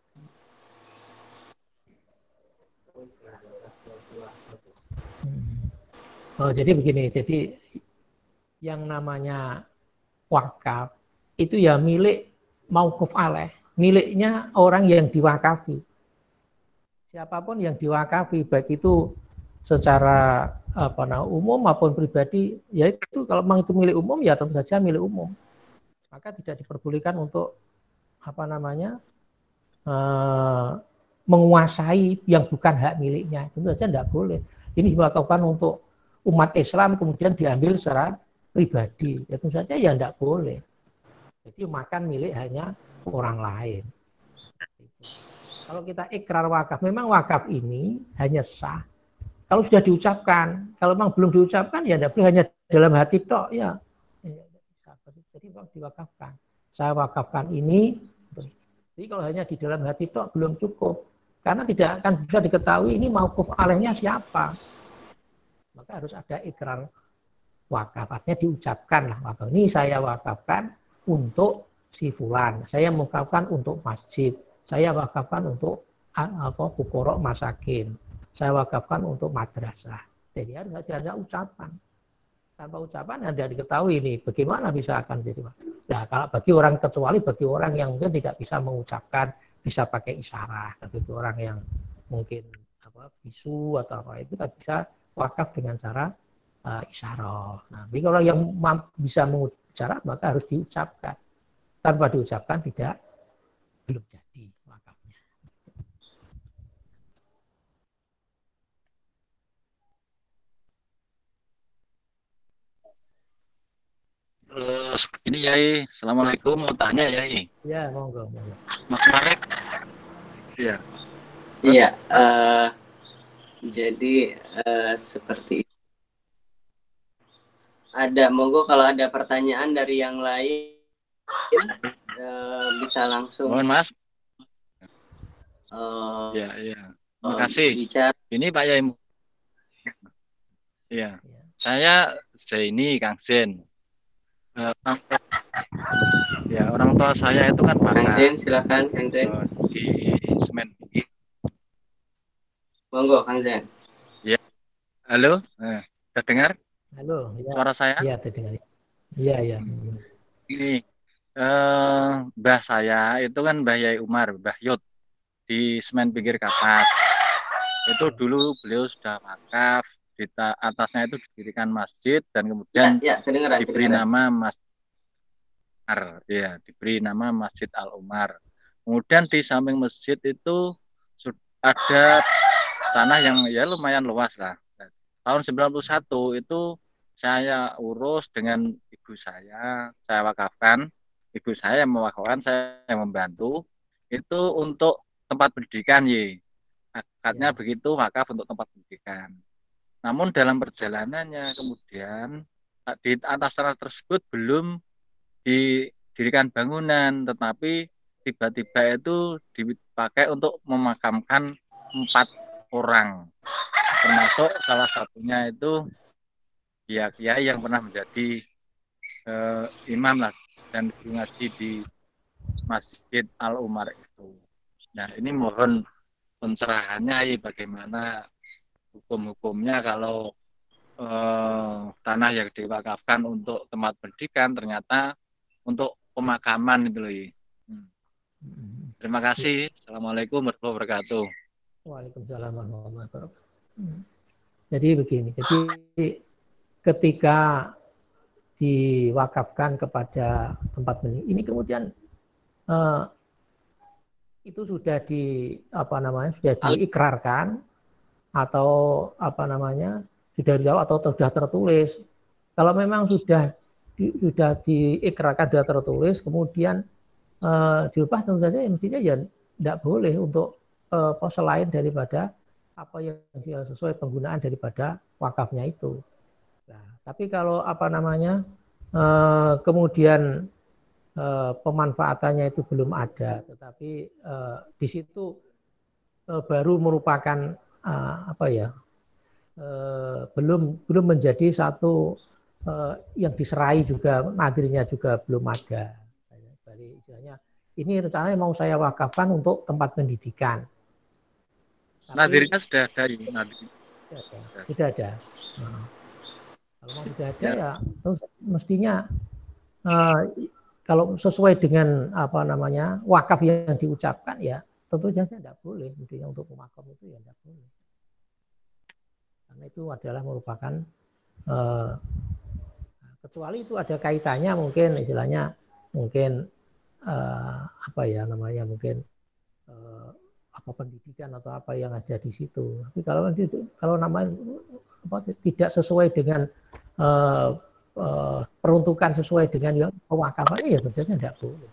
Oh, jadi begini, jadi yang namanya wakaf itu ya milik mauquf alaih, miliknya orang yang diwakafi. Siapapun yang diwakafi, baik itu secara apa namanya umum maupun pribadi, ya itu kalau memang itu milik umum ya tentu saja milik umum. Maka tidak diperbolehkan untuk apa namanya uh, menguasai yang bukan hak miliknya, tentu saja tidak boleh. Ini diwakafkan untuk umat Islam kemudian diambil secara pribadi, ya tentu saja ya tidak boleh. Jadi makan milik hanya orang lain. Kalau kita ikrar wakaf, memang wakaf ini hanya sah kalau sudah diucapkan. Kalau memang belum diucapkan ya tidak boleh, hanya dalam hati tok ya. Jadi diwakafkan. Saya wakafkan ini. Jadi kalau hanya di dalam hati tok belum cukup. Karena tidak akan bisa diketahui ini mauquf alaihnya siapa. Maka harus ada ikrar wakaf. Artinya diucapkan lah wakaf. Ini saya wakafkan untuk si fulan, saya mewakafkan untuk masjid, saya wakafkan untuk apa fuqara masakin, saya wakafkan untuk madrasah. Jadi harus ada ucapan. Tanpa ucapan Anda diketahui ini bagaimana bisa akan jadi. Nah, kalau bagi orang kecuali bagi orang yang mungkin tidak bisa mengucapkan, bisa pakai isyarat. Tapi orang yang mungkin apa bisu atau apa itu kan bisa wakaf dengan cara uh, isyarat. Nah, tapi kalau yang bisa mengucapkan maka harus diucapkan. Tanpa diucapkan tidak belum jadi wakafnya. Terus ini Yai, Assalamualaikum, mau tanya Yai. Ya, monggo, monggo. Mas Malik. Iya. Iya, uh, jadi uh, seperti itu. Ada, monggo kalau ada pertanyaan dari yang lain uh, bisa langsung. Mohon Mas. Uh, Iya, iya. Terima kasih. Bicara. Ini Pak Yai. Iya. Saya Zaini Kang Zen. Uh, ya orang tua saya itu kan Kang Zen, silakan Kang Zen. Di Semen. Monggo Kang Zen. Ya. Halo, eh, terdengar? Halo, ya. Suara saya? Iya, terdengar. Iya, iya. Ini eh, mbah saya itu kan Mbah Yai Umar, Mbah Yud di Semen Pinggir Kapas. Itu dulu beliau sudah wakaf. Di atasnya itu didirikan masjid dan kemudian ya, ya, kedengeran, diberi kedengeran. nama Masjid Al Umar, ya diberi nama Masjid Al Umar. Kemudian di samping masjid itu ada tanah yang ya lumayan luas lah. Tahun sembilan puluh satu itu saya urus dengan ibu saya, saya wakafkan, ibu saya yang mewakafkan, saya yang membantu itu untuk tempat pendidikan ya. Akadnya ya. Begitu wakaf untuk tempat pendidikan. Namun dalam perjalanannya kemudian di atas tanah tersebut belum didirikan bangunan, tetapi tiba-tiba itu dipakai untuk memakamkan empat orang, termasuk salah satunya itu ya kiai yang pernah menjadi eh, imam lah dan ngaji di Masjid Al Umar itu. Nah ini mohon pencerahannya bagaimana hukum-hukumnya kalau eh, tanah yang diwakafkan untuk tempat pendidikan ternyata untuk pemakaman itu loh. Hmm. Terima kasih. Assalamualaikum warahmatullahi wabarakatuh. Waalaikumsalam warahmatullahi wabarakatuh. Jadi begini, jadi ketika diwakafkan kepada tempat pendidikan ini kemudian eh, itu sudah di apa namanya sudah diikrarkan atau apa namanya sudah dijawab atau sudah tertulis. Kalau memang sudah di, sudah diikrarkan, sudah tertulis, kemudian eh, dilepas tentu saja mestinya ya tidak boleh untuk eh, selain daripada apa yang sesuai penggunaan daripada wakafnya itu. Nah, tapi kalau apa namanya eh, kemudian eh, pemanfaatannya itu belum ada, tetapi eh, di situ eh, baru merupakan Uh, apa ya uh, belum belum menjadi satu uh, yang diserai juga nadirnya juga belum ada. Dari istilahnya ini rencananya mau saya wakafkan untuk tempat pendidikan. Nadirnya sudah ada ini nadir. Sudah ada. Nah, kalau mau sudah ada ya, ya terus mestinya uh, kalau sesuai dengan apa namanya wakaf yang diucapkan ya tentu saja tidak boleh, mestinya untuk pemakam itu ya tidak boleh. Karena itu adalah merupakan eh, kecuali itu ada kaitannya mungkin istilahnya mungkin eh, apa ya namanya mungkin eh, apa pendidikan atau apa yang ada di situ. Tapi kalau itu kalau namanya apa, tidak sesuai dengan eh, eh, peruntukan sesuai dengan yang pewakafannya ya tentunya tidak boleh.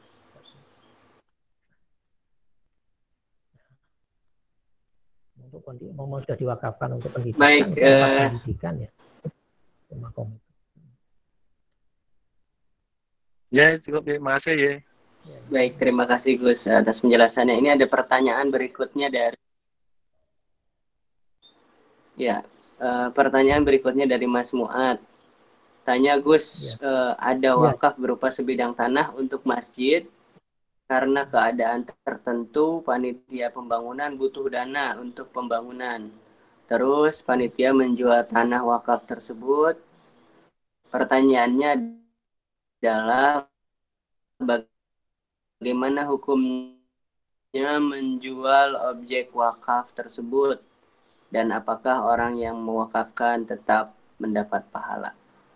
Untuk mau sudah diwakafkan untuk pendidikan, baik, untuk tempat uh, pendidikan ya. Ya, cukup. Terima kasih ya. Baik, terima kasih Gus atas penjelasannya. Ini ada pertanyaan berikutnya dari ya, uh, pertanyaan berikutnya dari Mas Muad. Tanya Gus, Ya. eh, ada Ya. wakaf berupa sebidang tanah untuk masjid karena keadaan tertentu panitia pembangunan butuh dana untuk pembangunan. Terus panitia menjual tanah wakaf tersebut. Pertanyaannya adalah bagaimana hukumnya menjual objek wakaf tersebut dan apakah orang yang mewakafkan tetap mendapat pahala?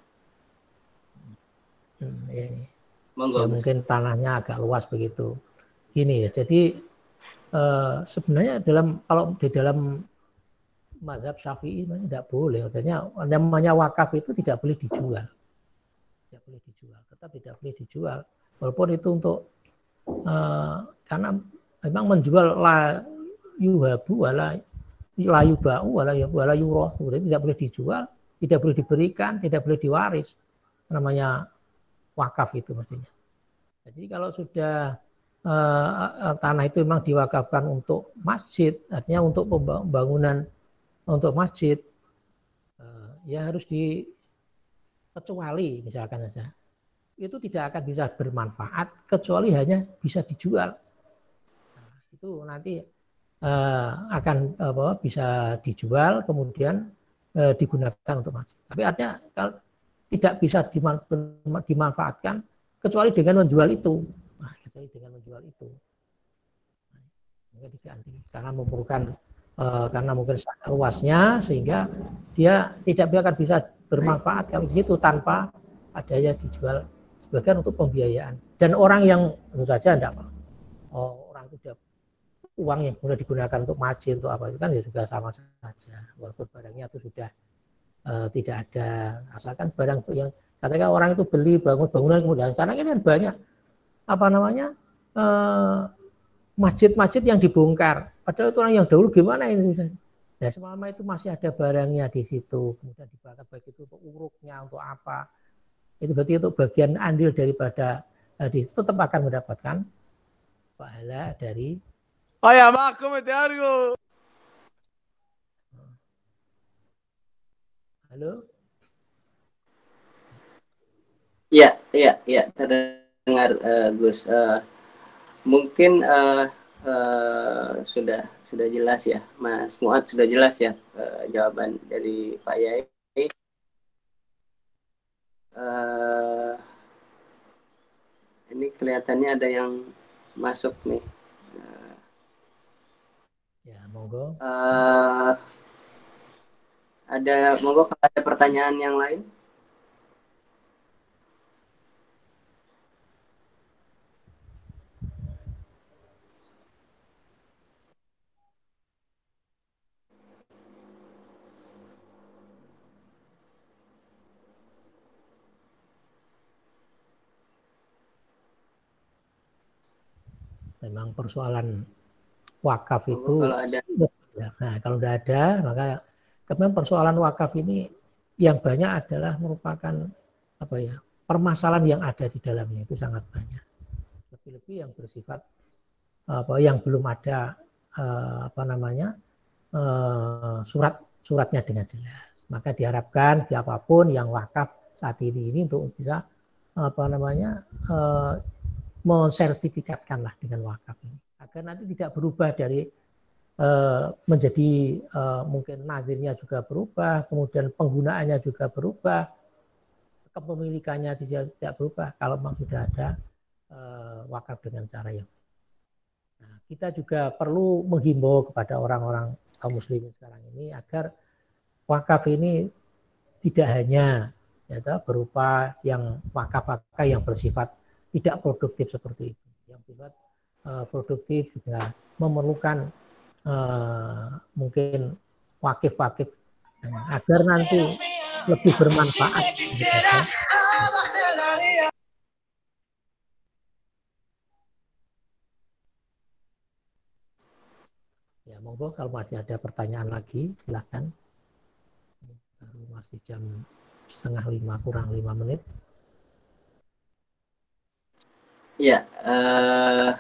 Hmm, ya, ini. Monggo, Ya, Gus. mungkin tanahnya agak luas begitu. Gini ya, jadi eh, sebenarnya dalam kalau di dalam mazhab Syafi'i ini tidak boleh. Artinya namanya wakaf itu tidak boleh dijual. Tidak boleh dijual. Tetap tidak boleh dijual. Walaupun itu untuk eh, karena memang menjual la yuhabu wala la yubau wala wala yurasu. Jadi tidak boleh dijual, tidak boleh diberikan, tidak boleh diwaris. Namanya wakaf itu mestinya. Jadi kalau sudah eh, tanah itu memang diwakafkan untuk masjid, artinya untuk pembangunan untuk masjid, eh, ya harus dikecuali misalkan saja. Itu tidak akan bisa bermanfaat kecuali hanya bisa dijual. Nah, itu nanti eh, akan apa, bisa dijual kemudian eh, digunakan untuk masjid. Tapi artinya kalau tidak bisa dimanfaatkan kecuali dengan menjual itu. Nah, kecuali dengan menjual itu. Nah, diganti karena memerlukan eh, karena mungkin luasnya sehingga dia tidak akan bisa bermanfaat kalau di situ tanpa adanya dijual sebagian untuk pembiayaan. Dan orang yang tentu saja tidak apa. Oh, orang itu sudah uang yang sudah digunakan untuk masjid untuk apa itu kan ya juga sama saja. Walaupun barangnya itu sudah Uh, tidak ada, asalkan barang yang katakan orang itu beli bangun bangunan kemudian karena ini kan banyak apa namanya masjid-masjid uh, yang dibongkar padahal itu orang yang dahulu gimana ini nah selama itu masih ada barangnya di situ kemudian dibakar baik itu untuk uruknya untuk apa itu berarti untuk bagian andil daripada uh, di itu tetap akan mendapatkan pahala dari oh ya mak komentario. Halo? Ya, ya, ya, terdengar uh, Gus. Uh, mungkin uh, uh, sudah sudah jelas ya, Mas Muad sudah jelas ya uh, jawaban dari Pak Yai. Uh, ini kelihatannya ada yang masuk nih. Uh, ya, monggo. Uh, Ada, monggo kalau ada pertanyaan yang lain. Memang persoalan wakaf itu, kalau ada. Nah kalau tidak ada, maka memang persoalan wakaf ini yang banyak adalah merupakan apa ya permasalahan yang ada di dalamnya itu sangat banyak. Lebih-lebih yang bersifat apa yang belum ada apa namanya surat suratnya dengan jelas. Maka diharapkan siapapun yang wakaf saat ini ini untuk bisa apa namanya mensertifikatkanlah dengan wakaf ini agar nanti tidak berubah dari uh, menjadi uh, mungkin nadirnya juga berubah, kemudian penggunaannya juga berubah, kepemilikannya tidak, tidak berubah kalau memang sudah ada uh, wakaf dengan cara yang. Nah, kita juga perlu menghimbau kepada orang-orang kaum muslimin sekarang ini agar wakaf ini tidak hanya ya, berupa yang wakaf-wakaf yang bersifat tidak produktif seperti itu. Yang bersifat uh, produktif juga memerlukan uh, mungkin wakif-wakif nah, agar nanti lebih bermanfaat. Gitu, ya. Ya, monggo kalau masih ada pertanyaan lagi silahkan. Baru masih jam setengah lima kurang lima menit. Ya, uh,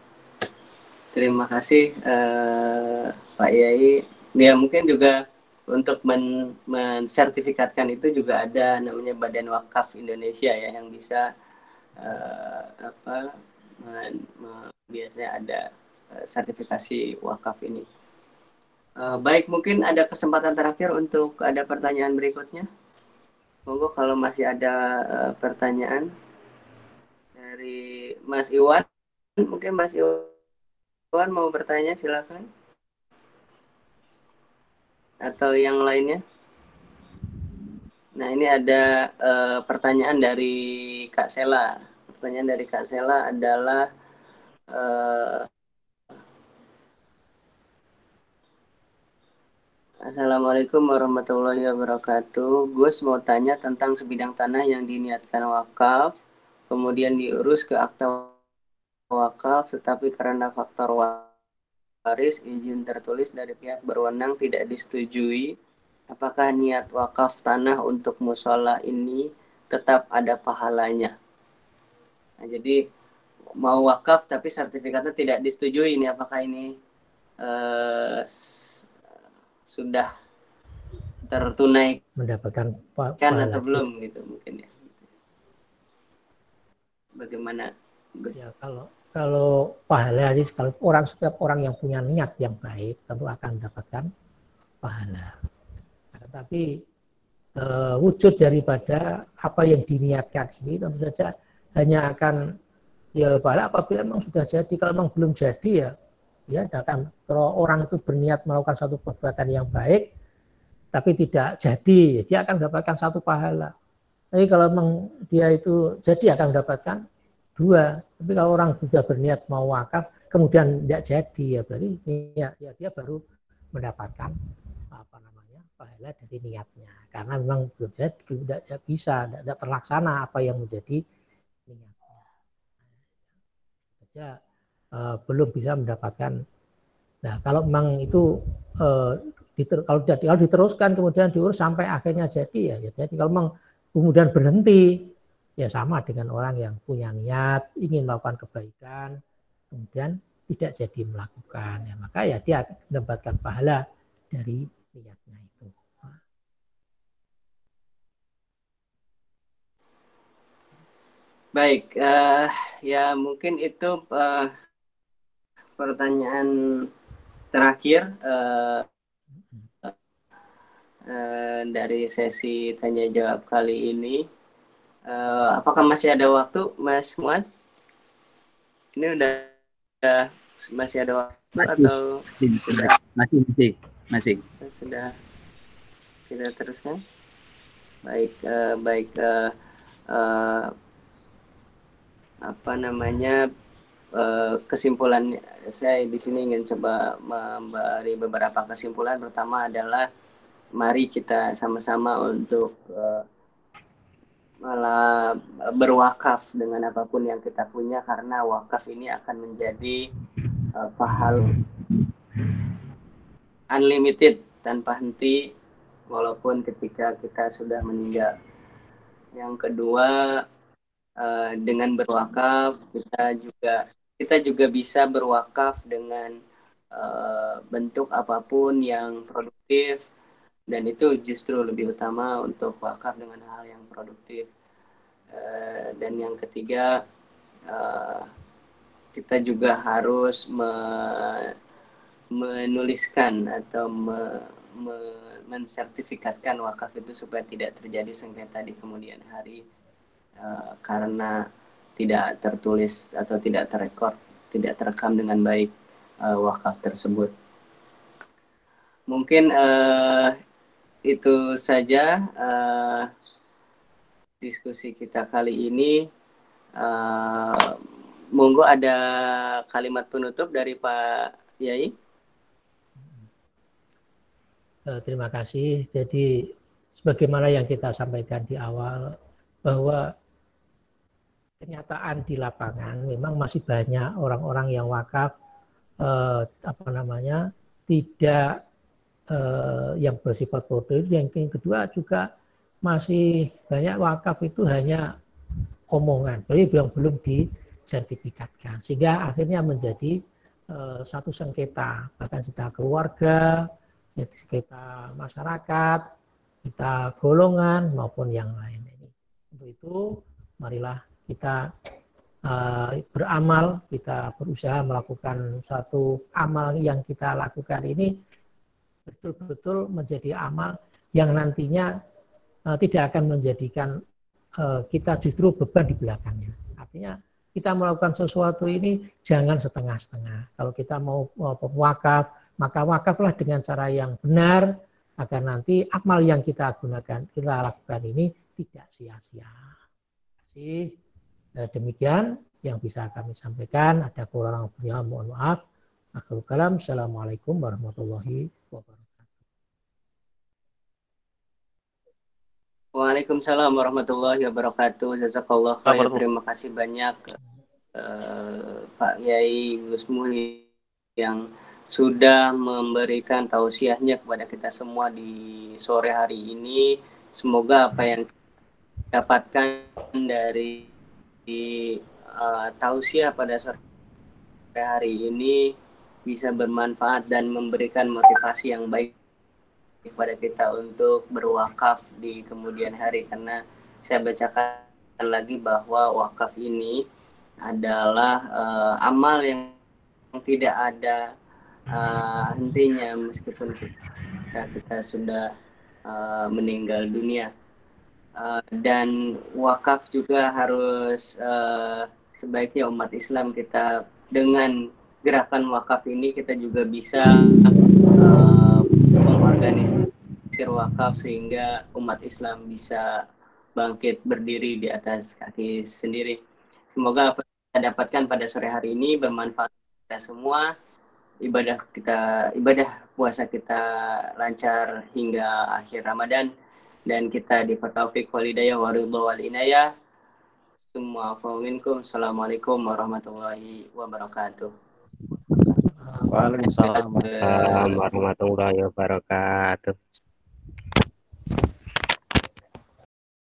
terima kasih uh, Pak Yai. Dia mungkin juga untuk men mensertifikatkan itu juga ada namanya Badan Wakaf Indonesia ya, yang bisa uh, apa men, men, biasanya ada uh, sertifikasi wakaf ini. Uh, baik, mungkin ada kesempatan terakhir untuk ada pertanyaan berikutnya. Monggo kalau masih ada uh, pertanyaan dari Mas Iwan, mungkin Mas Iwan mau bertanya, silakan. Atau yang lainnya. Nah, ini ada uh, pertanyaan dari Kak Sela. Pertanyaan dari Kak Sela adalah uh, Assalamualaikum warahmatullahi wabarakatuh. Gus mau tanya tentang sebidang tanah yang diniatkan wakaf, kemudian diurus ke akta wakaf, tetapi karena faktor waris, izin tertulis dari pihak berwenang tidak disetujui. Apakah niat wakaf tanah untuk musola ini tetap ada pahalanya? Nah, jadi mau wakaf tapi sertifikatnya tidak disetujui, ini apakah ini uh, sudah tertunai mendapatkan kan atau belum gitu mungkin ya. Bagaimana Gus? Ya, kalau kalau pahala ini, kalau orang setiap orang yang punya niat yang baik tentu akan mendapatkan pahala. Tetapi e, wujud daripada apa yang diniatkan ini tentu saja hanya akan ya pahala apabila memang sudah jadi. Kalau memang belum jadi ya ya akan, kalau orang itu berniat melakukan satu perbuatan yang baik tapi tidak jadi, dia akan mendapatkan satu pahala. Tapi kalau memang dia itu jadi akan mendapatkan dua. Tapi kalau orang sudah berniat mau wakaf kemudian tidak jadi ya berarti ya, ya dia baru mendapatkan apa namanya pahala dari niatnya, karena memang belum jadi, tidak bisa, tidak terlaksana apa yang menjadi niatnya. Saja uh, belum bisa mendapatkan. Nah, kalau memang itu uh, diter, kalau, kalau diteruskan kemudian diurus sampai akhirnya jadi ya, ya jadi. Kalau memang kemudian berhenti ya sama dengan orang yang punya niat ingin melakukan kebaikan kemudian tidak jadi melakukan ya, maka ya dia mendapatkan pahala dari niatnya itu. Baik, uh, ya mungkin itu uh, pertanyaan terakhir uh, uh, dari sesi tanya jawab kali ini. Uh, apakah masih ada waktu, Mas Muad? Ini udah, udah masih ada waktu masih, atau masih, sudah? Masih, masih, masih. Sudah kita teruskan. Baik, uh, baik. Uh, uh, apa namanya? Uh, kesimpulan saya di sini ingin coba memberi beberapa kesimpulan. Pertama adalah mari kita sama-sama untuk uh, malah berwakaf dengan apapun yang kita punya, karena wakaf ini akan menjadi uh, pahala unlimited, tanpa henti walaupun ketika kita sudah meninggal. Yang kedua, uh, dengan berwakaf kita juga kita juga bisa berwakaf dengan uh, bentuk apapun yang produktif, dan itu justru lebih utama untuk wakaf dengan hal yang produktif. Uh, dan yang ketiga, uh, kita juga harus me menuliskan atau me me mensertifikatkan wakaf itu supaya tidak terjadi sengketa di kemudian hari uh, karena tidak tertulis atau tidak terrekord, tidak terekam dengan baik uh, wakaf tersebut. Mungkin uh, itu saja uh, diskusi kita kali ini. Uh, monggo ada kalimat penutup dari Pak Yai. Terima kasih. Jadi sebagaimana yang kita sampaikan di awal bahwa kenyataan di lapangan memang masih banyak orang-orang yang wakaf eh, apa namanya tidak eh, yang bersifat produktif. Yang kedua juga masih banyak wakaf itu hanya omongan, jadi belum belum disertifikatkan, sehingga akhirnya menjadi eh, satu sengketa bahkan setelah keluarga kita masyarakat, kita golongan maupun yang lain. Untuk itu marilah kita uh, beramal, kita berusaha melakukan satu amal yang kita lakukan ini betul-betul menjadi amal yang nantinya uh, tidak akan menjadikan uh, kita justru beban di belakangnya. Artinya kita melakukan sesuatu ini jangan setengah-setengah. Kalau kita mau uh, wakaf, maka wakaflah dengan cara yang benar agar nanti amal yang kita gunakan, kita lakukan ini tidak sia-sia. Terima kasih. Demikian yang bisa kami sampaikan. Ada kurang lebihnya mohon maaf. Akhirul kalam. Assalamualaikum warahmatullahi wabarakatuh. Waalaikumsalam warahmatullahi wabarakatuh. Jazakallah khair. Terima kasih banyak uh, Pak Yai Gus Muhi yang sudah memberikan tausiahnya kepada kita semua di sore hari ini. Semoga apa yang dapatkan dari di, uh, tausiah pada sore hari ini bisa bermanfaat dan memberikan motivasi yang baik kepada kita untuk berwakaf di kemudian hari, karena saya bacakan lagi bahwa wakaf ini adalah uh, amal yang tidak ada uh, hentinya meskipun kita, kita sudah uh, meninggal dunia. Uh, dan wakaf juga harus uh, sebaiknya umat Islam kita dengan gerakan wakaf ini kita juga bisa uh, mengorganisir wakaf sehingga umat Islam bisa bangkit berdiri di atas kaki sendiri. Semoga apa yang kita dapatkan pada sore hari ini bermanfaat kita semua. Ibadah kita, ibadah puasa kita lancar hingga akhir Ramadan. Dan kita dipertaufik walidayah waridha wal inayah. Semua minkum. Assalamualaikum warahmatullahi wabarakatuh. Waalaikumsalam warahmatullahi wabarakatuh.